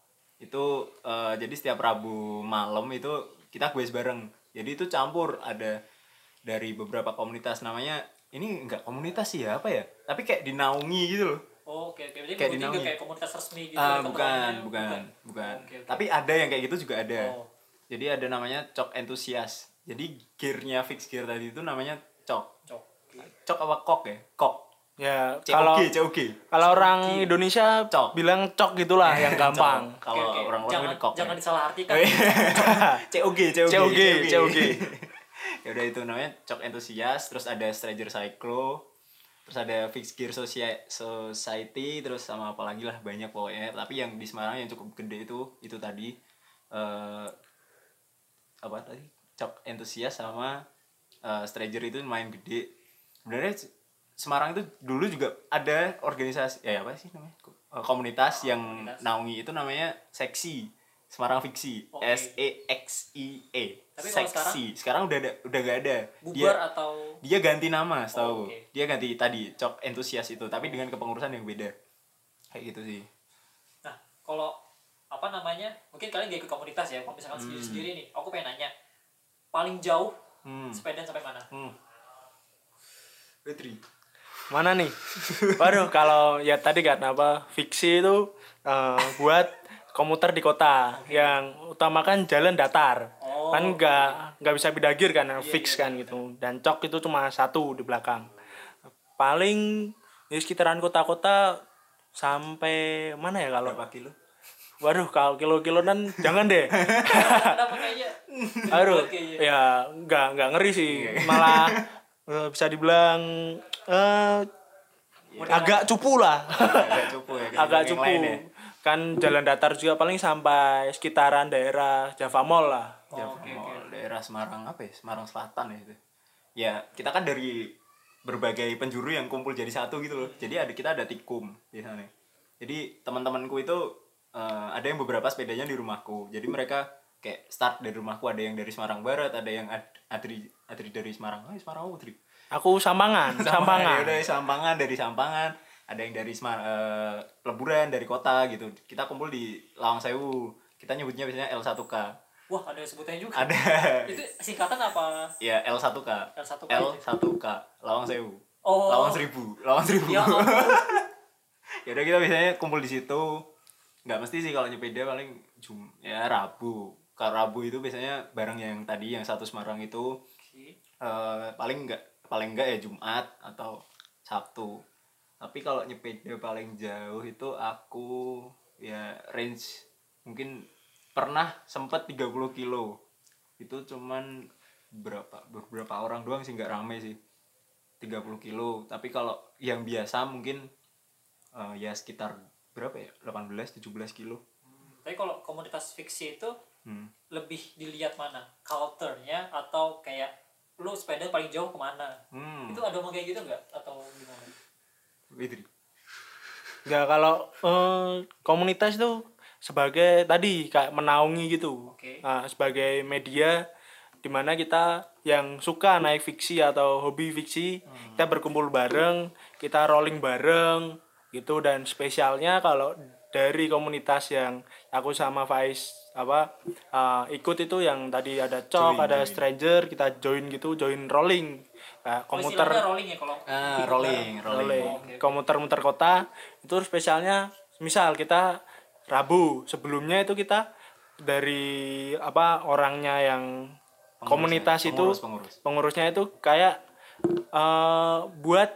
Itu e, jadi setiap Rabu malam itu kita goes bareng. Jadi itu campur, ada dari beberapa komunitas, namanya ini enggak komunitas sih ya, apa ya? Tapi kayak dinaungi gitu loh. Oh, oke okay, oke. Okay. Jadi kayak dinaungi kayak komunitas resmi gitu. Uh, bukan, bukan, bukan, bukan. Oh, okay, okay. Tapi ada yang kayak gitu juga ada. Oh. Jadi ada namanya cok entusias. Jadi gearnya fix gear tadi itu namanya cok. Cok. Okay. Cok apa kok ya? Kok. Ya, kalau C O G. Kalau orang Indonesia cok. Bilang cok gitulah yang gampang. Kalau okay, okay. orang luar ini kok. Jangan disalahartikan. C O G, C O G. C O G, C O G. Ya udah itu namanya cok entusias, terus ada Stranger Cyclo, terus ada Fix Gear Society, terus sama apa lagi lah banyak pokoknya. Tapi yang di Semarang yang cukup gede itu itu tadi. eh apa tadi cok entusias sama eh, stranger itu main gede. Sebenarnya Semarang itu dulu juga ada organisasi ya apa sih namanya Eh, komunitas yang komunitas. naungi itu namanya Seksi Semarang Fiksi. Oke. S E X I E. Tapi kalau Seksi sekarang udah ada udah gak ada. Bubar Dia atau dia ganti nama setahu. Oh, oke. Dia ganti tadi cok entusias itu tapi dengan kepengurusan yang beda. Kayak gitu sih. nah kalau apa namanya mungkin kalian gak ikut komunitas ya, kalau misalkan Hmm. sendiri-sendiri nih, aku pengen nanya paling jauh Hmm. sepeda sampai mana? Hmm. Petri. Mana nih? Waduh, kalau ya tadi kan apa fiksi itu eh, buat komuter di kota yang utamakan jalan datar. Oh, Kan nggak nggak bisa beda gear kan, fix kan gitu. Dan cok itu cuma satu di belakang. Paling di sekitaran kota-kota sampai mana ya kalau? Berapa kilo? Waduh, kalau kilo-kiloan jangan deh. Kenapa kayaknya Aduh, kayaknya. ya nggak nggak ngeri sih, malah eh, bisa dibilang eh, agak cupu lah, Agak cupu ya. kayak agak yang cupu. lain ya. Kan jalan datar juga paling sampai sekitaran daerah Java Mall lah. Java oke, Mall, daerah Semarang apa ya? Semarang Selatan ya itu. Ya, kita kan dari berbagai penjuru yang kumpul jadi satu gitu loh. Jadi ada kita ada tikum di sana. Jadi teman-temanku itu eh, ada yang beberapa sepedanya di rumahku. Jadi mereka kayak start dari rumahku, ada yang dari Semarang Barat, ada yang ad- adri adri dari Semarang. Oh, Semarang Adri. Aku Sampangan, Ya Sampangan. udah Sampangan dari Sampangan, ada yang dari Semar eh, Peleburan dari kota gitu. Kita kumpul di Lawang Sewu. Kita nyebutnya biasanya L satu K. Wah, ada sebutannya juga. Ada Itu singkatan apa? ya L satu K. L satu K. L satu K Lawang Sewu. Oh. Lawang Seribu. Lawang Seribu. Ya ampun. Ya udah kita biasanya kumpul di situ. Nggak mesti sih kalau nyepeda paling jum ya Rabu. Kalau Rabu itu biasanya bareng yang tadi yang satu Semarang itu Oke. eh, paling enggak paling enggak ya Jumat atau Sabtu. Tapi kalau nyepeda paling jauh itu aku ya range mungkin pernah sempet tiga puluh kilo. Itu cuman berapa beberapa orang doang sih, nggak rame sih. tiga puluh kilo. Tapi kalau yang biasa mungkin eh, ya sekitar berapa ya? delapan belas tujuh belas kilo. Tapi kalau komunitas fiksi itu Hmm. lebih dilihat mana? Culture-nya atau kayak lu sepeda paling jauh kemana? Hmm. Itu ada omong kayak gitu nggak? Atau gimana? Fitri. Nggak, kalau eh, komunitas itu sebagai tadi kayak menaungi gitu. Oke. Nah, sebagai media di mana kita yang suka naik fiksi atau hobi fiksi, kita berkumpul bareng, kita rolling bareng gitu. Dan spesialnya kalau dari komunitas yang aku sama Faiz apa uh, ikut itu yang tadi ada cok, Join, ada join. stranger, kita join gitu, join rolling. Nah, Oh, komuter istilahnya rolling ya kalau Ah, ikut rolling, bareng. rolling. rolling. Oh, oke, oke. Komuter-muter kota itu spesialnya misal kita Rabu, sebelumnya itu kita dari apa orangnya yang Pengurus komunitas ya, itu pengurus, pengurus. pengurusnya itu kayak eh, buat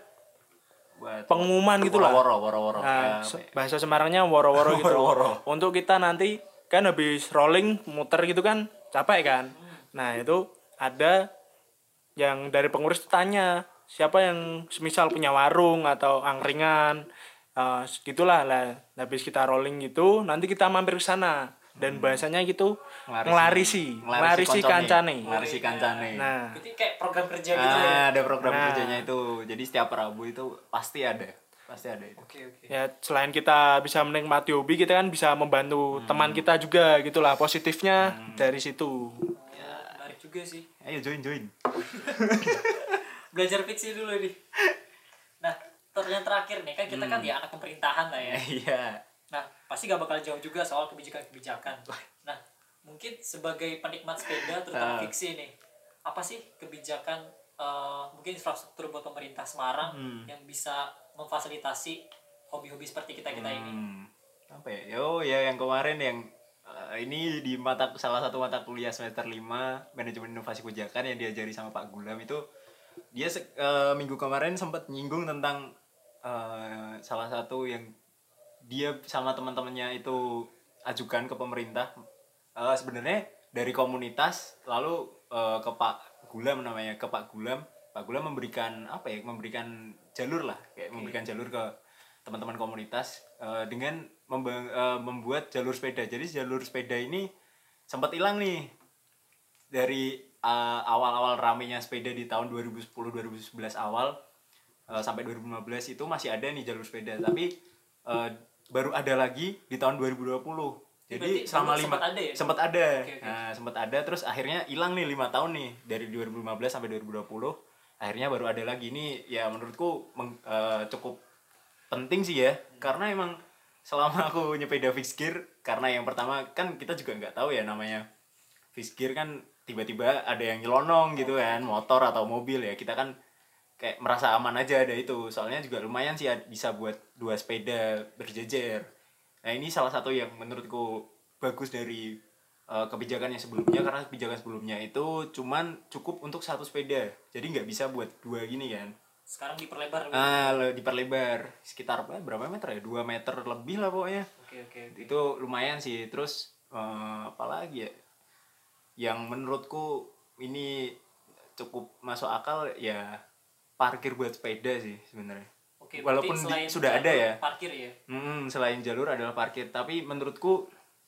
Buat pengumuman gitu lah. woro-woro, woro-woro. Nah, Ya, se- apa ya? bahasa Semarangnya woro-woro gitu. Woro-woro. Untuk kita nanti kan habis rolling muter gitu kan capek kan. Nah, itu ada yang dari pengurus tanya siapa yang semisal punya warung atau angkringan eh gitulah lah. Habis kita rolling gitu, nanti kita mampir ke sana dan bahasanya gitu ngelarisi, ngelarisi koncone, kancane. ngelarisi kancane. Nah, Itu kayak program kerja gitu ya. Ah, ada program Nah. kerjanya itu. Jadi setiap Rabu itu pasti ada. Pasti ada itu. Oke, oke. ya selain kita bisa menikmati hobi, kita kan bisa membantu teman kita juga gitulah, positifnya dari situ. Oh, menarik juga sih. Ayo join join. Belajar fiksi dulu nih. Nah, ter- yang terakhir nih kan kita kan Hmm. ya anak pemerintahan lah ya. Iya. Nah, pasti gak bakal jauh juga soal kebijakan-kebijakan. Nah, mungkin sebagai penikmat sepeda terutama Ah. fiksi nih, apa sih kebijakan eh, mungkin infrastruktur buat pemerintah Semarang Hmm. yang bisa memfasilitasi hobi-hobi seperti kita-kita ini? Hmm, apa ya? Yo, ya yang kemarin yang eh, ini di mata salah satu mata kuliah semester lima manajemen inovasi kebijakan yang diajari sama Pak Gulam itu dia se- eh, minggu kemarin sempat nyinggung tentang eh, salah satu yang dia sama teman-temannya itu ajukan ke pemerintah. Eh, sebenarnya dari komunitas lalu eh, ke Pak Gulam namanya ke Pak Gulam Pak Gulam memberikan apa ya memberikan jalur lah kayak memberikan jalur ke teman-teman komunitas eh, dengan memba- eh, membuat jalur sepeda. Jadi jalur sepeda ini sempat hilang nih dari uh, awal-awal ramenya sepeda di tahun dua ribu sepuluh dua ribu sebelas awal uh, sampai dua ribu lima belas itu masih ada nih jalur sepeda, tapi uh, baru ada lagi di tahun dua ribu dua puluh. Jadi berarti selama dulu lima sempat ada ya? sempat ada. Oke, oke. Nah, sempat ada terus akhirnya hilang nih lima tahun nih dari dua ribu lima belas sampai dua ribu dua puluh. Akhirnya baru ada lagi nih, ya menurutku meng, uh, cukup penting sih ya, hmm. karena emang selama aku nyepeda fixed gear, karena yang pertama kan kita juga nggak tahu ya namanya fixed gear kan tiba-tiba ada yang nyelonong gitu kan, motor atau mobil ya, kita kan kayak merasa aman aja ada itu, soalnya juga lumayan sih bisa buat dua sepeda berjejer. Nah ini salah satu yang menurutku bagus dari uh, kebijakan yang sebelumnya, karena kebijakan sebelumnya itu cuman cukup untuk satu sepeda, jadi nggak bisa buat dua gini kan. Sekarang diperlebar. Ah, diperlebar sekitar berapa meter ya? dua meter lebih lah pokoknya. Oke, oke, oke. Itu lumayan sih. Terus uh, apa lagi ya? Yang menurutku ini cukup masuk akal ya, parkir buat sepeda sih sebenarnya. Oke, walaupun di, sudah ada ya. Parkir ya. Hmm, selain jalur adalah parkir, tapi menurutku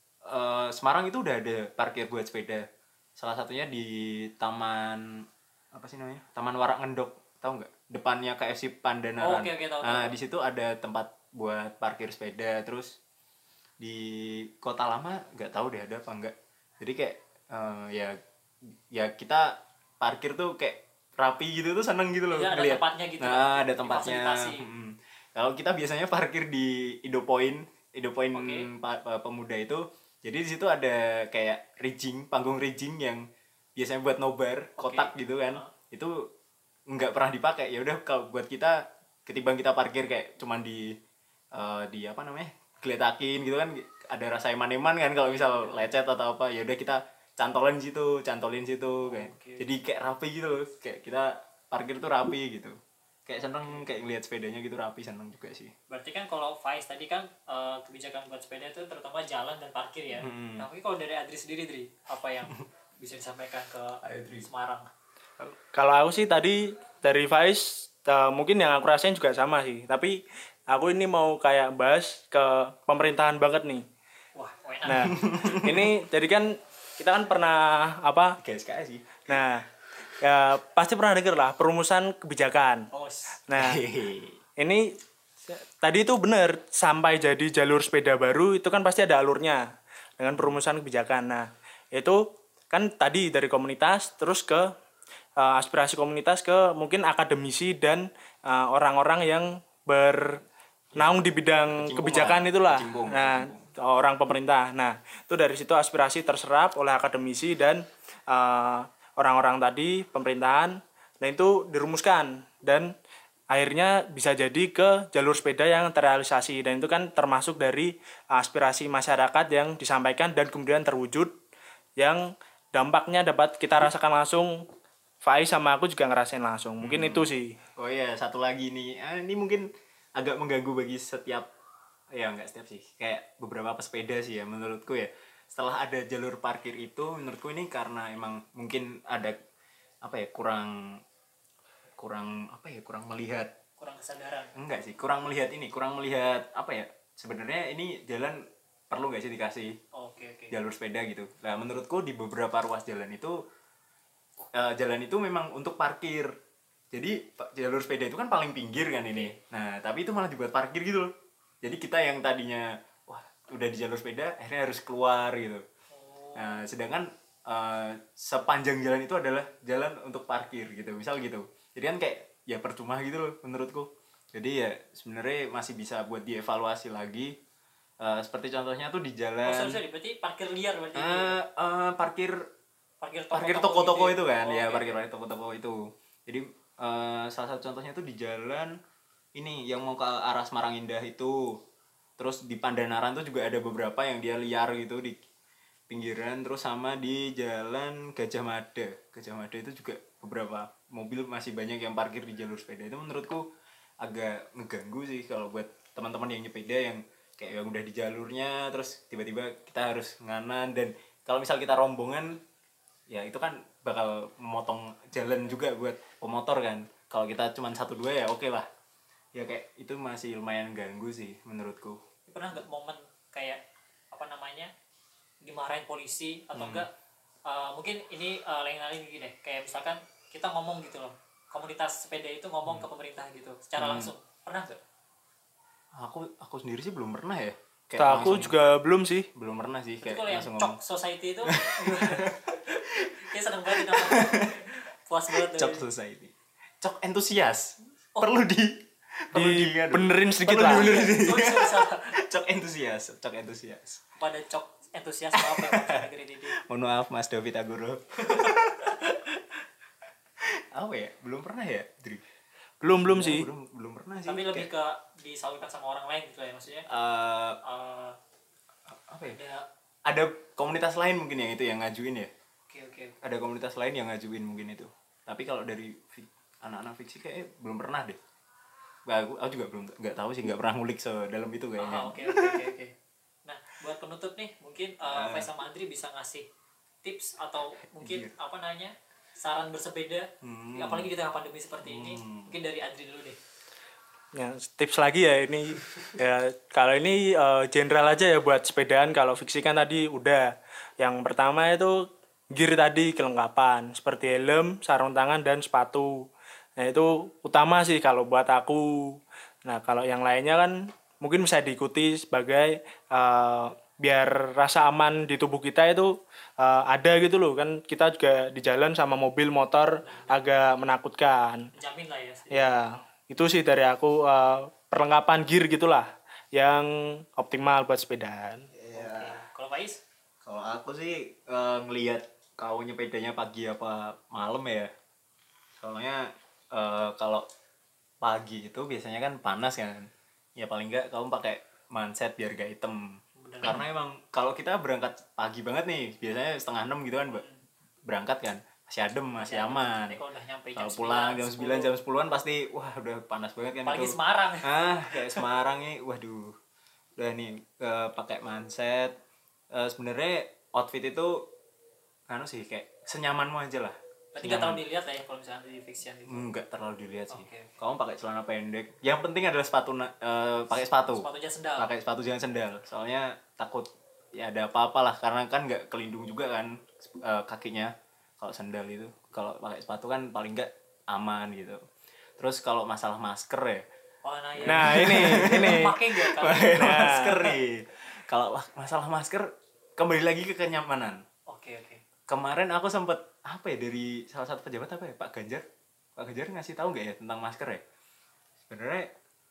uh, Semarang itu udah ada parkir buat sepeda. Salah satunya di Taman apa sih namanya? Taman Warak Ngendok, tahu nggak? Depannya K F C Pandanaran. Oh, okay, okay, tahu, nah, tahu. Di situ ada tempat buat parkir sepeda. Terus di Kota Lama nggak tahu deh ada apa enggak. Jadi kayak uh, ya ya kita parkir tuh kayak rapi gitu tuh, seneng gitu loh ya, ada ngeliat. tempatnya gitu. Nah, ada tempatnya. Hmm. Kalau kita biasanya parkir di Indopoint, Indopoint okay. pa- pemuda itu. Jadi di situ ada kayak rigging, panggung rigging yang biasanya buat nobar, kotak okay. gitu kan. Uh. Itu nggak pernah dipakai. Ya udah kalau buat kita, ketimbang kita parkir kayak cuman di uh, di apa namanya? geletakin gitu kan, ada rasa eman-eman kan kalau misal lecet atau apa, ya udah kita cantolin situ, cantolin situ kayak. Okay. Jadi kayak rapi gitu loh. Kayak kita parkir tuh rapi gitu. Kayak seneng kayak ngeliat sepedanya gitu rapi, seneng juga sih. Berarti kan kalau Faiz tadi kan uh, kebijakan buat sepeda itu terutama jalan dan parkir ya. Hmm. Tapi kalau dari Adri sendiri, Dri, apa yang bisa disampaikan ke Adri Semarang? Kalau aku sih tadi dari Faiz uh, mungkin yang aku rasain juga sama sih. Tapi aku ini mau kayak bahas ke pemerintahan banget nih. Wah, enak. Nah, ini jadi kan kita kan pernah apa? Guys, kayak sih. Nah, ya pasti pernah denger lah perumusan kebijakan. Oh. Nah, ini tadi itu benar, sampai jadi jalur sepeda baru itu kan pasti ada alurnya dengan perumusan kebijakan. Nah, itu kan tadi dari komunitas terus ke uh, aspirasi komunitas ke mungkin akademisi dan uh, orang-orang yang bernaung di bidang kebijakan lah. Itulah. Kecimpung, nah, kecimpung. Orang pemerintah. Nah, itu dari situ aspirasi terserap oleh akademisi dan uh, orang-orang tadi pemerintahan. Nah, itu dirumuskan dan akhirnya bisa jadi ke jalur sepeda yang terrealisasi, dan itu kan termasuk dari aspirasi masyarakat yang disampaikan dan kemudian terwujud, yang dampaknya dapat kita rasakan langsung. Faiz sama aku juga ngerasain langsung. Mungkin hmm. itu sih. Oh iya, satu lagi nih. Ah, ini mungkin agak mengganggu bagi setiap, ya enggak setiap sih, kayak beberapa pesepeda sih ya menurutku ya. Setelah ada jalur parkir itu, menurutku ini karena emang mungkin ada apa ya, kurang kurang apa ya kurang melihat kurang kesadaran enggak sih kurang melihat ini kurang melihat apa ya, sebenarnya ini jalan perlu nggak sih dikasih oh, okay, okay. jalur sepeda gitu. Nah menurutku di beberapa ruas jalan itu uh, jalan itu memang untuk parkir, jadi jalur sepeda itu kan paling pinggir kan ini. Nah tapi itu malah dibuat parkir gitu loh, jadi kita yang tadinya wah udah di jalur sepeda akhirnya harus keluar gitu. oh. Nah sedangkan uh, sepanjang jalan itu adalah jalan untuk parkir gitu, misal gitu. Jadi kan kayak ya percuma gitu loh menurutku. Jadi ya sebenarnya masih bisa buat dievaluasi lagi. Uh, seperti contohnya tuh di jalan. Oh, sorry, sorry. Berarti parkir liar berarti. Uh, uh, parkir parkir toko, parkir toko-toko gitu, itu kan. Oh, ya, okay. parkir parkir toko-toko itu. Jadi uh, salah satu contohnya tuh di jalan ini yang mau ke arah Semarang Indah itu. Terus di Pandanaran tuh juga ada beberapa yang dia liar gitu di pinggiran, terus sama di jalan Gajah Mada. Gajah Mada itu juga beberapa mobil masih banyak yang parkir di jalur sepeda. Itu menurutku agak ngeganggu sih kalau buat teman-teman yang nyepeda yang kayak yang udah di jalurnya terus tiba-tiba kita harus nganan, dan kalau misal kita rombongan ya itu kan bakal memotong jalan juga buat pemotor kan. Kalau kita cuma satu dua ya oke okay lah. Ya kayak itu masih lumayan ganggu sih menurutku. Pernah nggak momen kayak apa namanya dimarahin polisi atau Hmm. enggak uh, mungkin ini uh, lain-lain gini deh, kayak misalkan kita ngomong gitu loh, komunitas sepeda itu ngomong ke pemerintah gitu secara Hmm. langsung, pernah nggak? Aku aku sendiri sih belum pernah ya. Kita aku langsung- juga belum sih. belum pernah sih Itu kayak kalau yang langsung cok ngomong society itu kayak seneng banget itu puas banget cok tuh. society. Cok entusias. Oh. Perlu di perlu di aduh. Dibenerin sedikit Perlu lah. dibenerin sedikit. Sorry, sorry, salah. Cok entusias, cok entusias. Pada cok entusias maaf ya bangsa negeri ini. Mohon maaf Mas David Agoro. Apa ya? Belum pernah ya, Dri? Belum belum Ya, sih. Belum belum pernah sih. Tapi lebih Kayak, ke disalurkan sama orang lain gitu ya maksudnya. eh, Uh, apa ya? ada Ada komunitas lain mungkin yang itu yang ngajuin ya. oke oke. Ada komunitas lain yang ngajuin mungkin itu. Tapi kalau dari fi- anak-anak fiksi kayaknya belum pernah deh. Bah, aku, aku juga belum nggak tahu sih, nggak pernah ngulik sedalam itu kayaknya. Ah, oke oke oke oke. Nah, buat penutup nih, mungkin uh, Ah. Faiz sama Andri bisa ngasih tips atau mungkin Iya. apa namanya? Saran bersepeda. Hmm. Apalagi di tengah pandemi seperti ini. Hmm. Mungkin dari Andri dulu deh. Ya, tips lagi ya ini ya kalau ini eh, general aja ya buat sepedaan. Kalau fiksi kan tadi udah. Yang pertama itu gear tadi, kelengkapan seperti helm, sarung tangan dan sepatu. Nah, itu utama sih kalau buat aku. Nah, kalau yang lainnya kan mungkin bisa diikuti sebagai eh, biar rasa aman di tubuh kita itu eh, ada gitu loh. Kan kita juga di jalan sama mobil motor agak menakutkan. Jamin lah ya. Ya, itu sih dari aku eh, perlengkapan gear gitulah yang optimal buat sepedaan. Oke. Kalau Faiz? Kalau aku sih eh, ngelihat kau nyepedanya pagi apa malam ya. Soalnya eh, kalau pagi itu biasanya kan panas kan. Ya paling enggak kamu pakai manset biar gak hitam. Bener. Karena emang kalau kita berangkat pagi banget nih, biasanya setengah enam gitu kan Mbak, berangkat kan masih adem, masih aman. Nanti kalau udah nyampe jam Kalau pulang jam sembilan jam sepuluh, sepuluhan pasti wah udah panas banget kan apalagi itu. Semarang. Ah, kayak Semarang nih, waduh. Udah nih eh, pakai manset. Eh, sebenarnya outfit itu anu sih kayak senyamanmu aja lah. Berarti nggak terlalu dilihat lah ya kalau misalnya di fiction itu. Enggak terlalu dilihat sih. Oke. Kamu pakai celana pendek. Yang penting adalah sepatu na- eh, pakai sepatu. Sepatunya sendal. Pakai sepatu jangan sendal. Soalnya takut ya ada apa-apa lah karena kan nggak kelindung juga kan eh, kakinya kalau sendal itu. Kalau pakai sepatu kan paling nggak aman gitu. Terus kalau masalah masker ya. Oh, nah, ya. Nah, ini ini Pakai nggak kamu? Pakai masker nih. Kalau masalah masker kembali lagi ke kenyamanan. Oke oke. Kemarin aku sempet apa ya dari salah satu pejabat apa ya Pak Ganjar Pak Ganjar ngasih tahu nggak ya tentang masker ya. Sebenarnya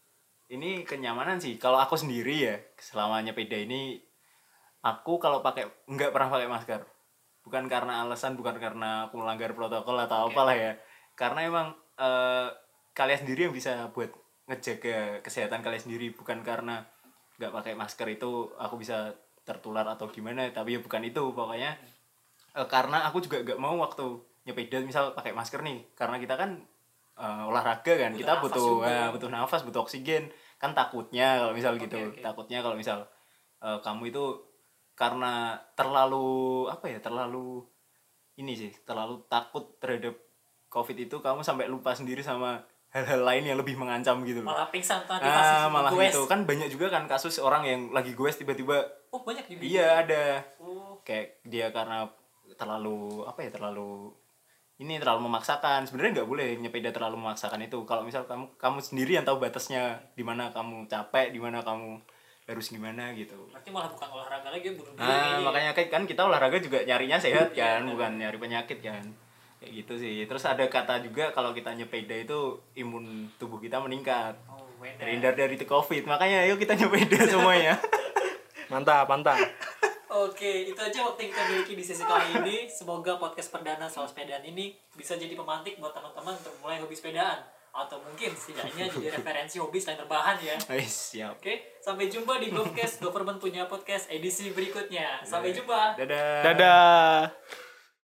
ini kenyamanan sih kalau aku sendiri ya selama nyepeda ini aku kalau pakai nggak pernah pakai masker, bukan karena alasan bukan karena aku melanggar protokol atau Oke. apalah ya, karena emang eh, kalian sendiri yang bisa buat ngejaga kesehatan kalian sendiri, bukan karena nggak pakai masker itu aku bisa tertular atau gimana, tapi ya bukan itu pokoknya. Eh, karena aku juga gak mau waktu nyepeda misal pakai masker nih karena kita kan eh, olahraga kan, Butuh kita nafas butuh juga. eh, butuh nafas, butuh oksigen kan, takutnya kalau misal Oke, gitu oke. takutnya kalau misal eh, kamu itu karena terlalu apa ya terlalu ini sih terlalu takut terhadap covid itu kamu sampai lupa sendiri sama hal-hal lain yang lebih mengancam gitu loh. Malah pingsan tadi Ah, malah goes. itu kan banyak juga kan kasus orang yang lagi goes tiba-tiba. Oh banyak di Iya ada. Oh. Kayak dia karena terlalu apa ya terlalu ini terlalu memaksakan. Sebenarnya nggak boleh nyepeda terlalu memaksakan itu. Kalau misal kamu kamu sendiri yang tahu batasnya di mana kamu capek, di mana kamu harus gimana gitu. Berarti malah bukan olahraga lagi, bunuh diri. Nah, kayaknya. makanya kan kan kita olahraga juga nyarinya sehat Iya, kan, benar. bukan nyari penyakit kan. Kayak gitu sih. Terus ada kata juga kalau kita nyepeda itu imun tubuh kita meningkat. Oh, benar. Terhindar dari covid. Makanya ayo kita nyepeda semuanya. mantap mantap. Oke, itu aja waktu yang kita miliki di sesi kali ini. Semoga podcast perdana soal sepedaan ini bisa jadi pemantik buat teman-teman untuk mulai hobi sepedaan. Atau mungkin setidaknya jadi referensi hobi selain terbahan ya. Wis, siap. Oke, sampai jumpa di Govcast, Government Punya Podcast edisi berikutnya. Sampai jumpa. Dadah. Dadah.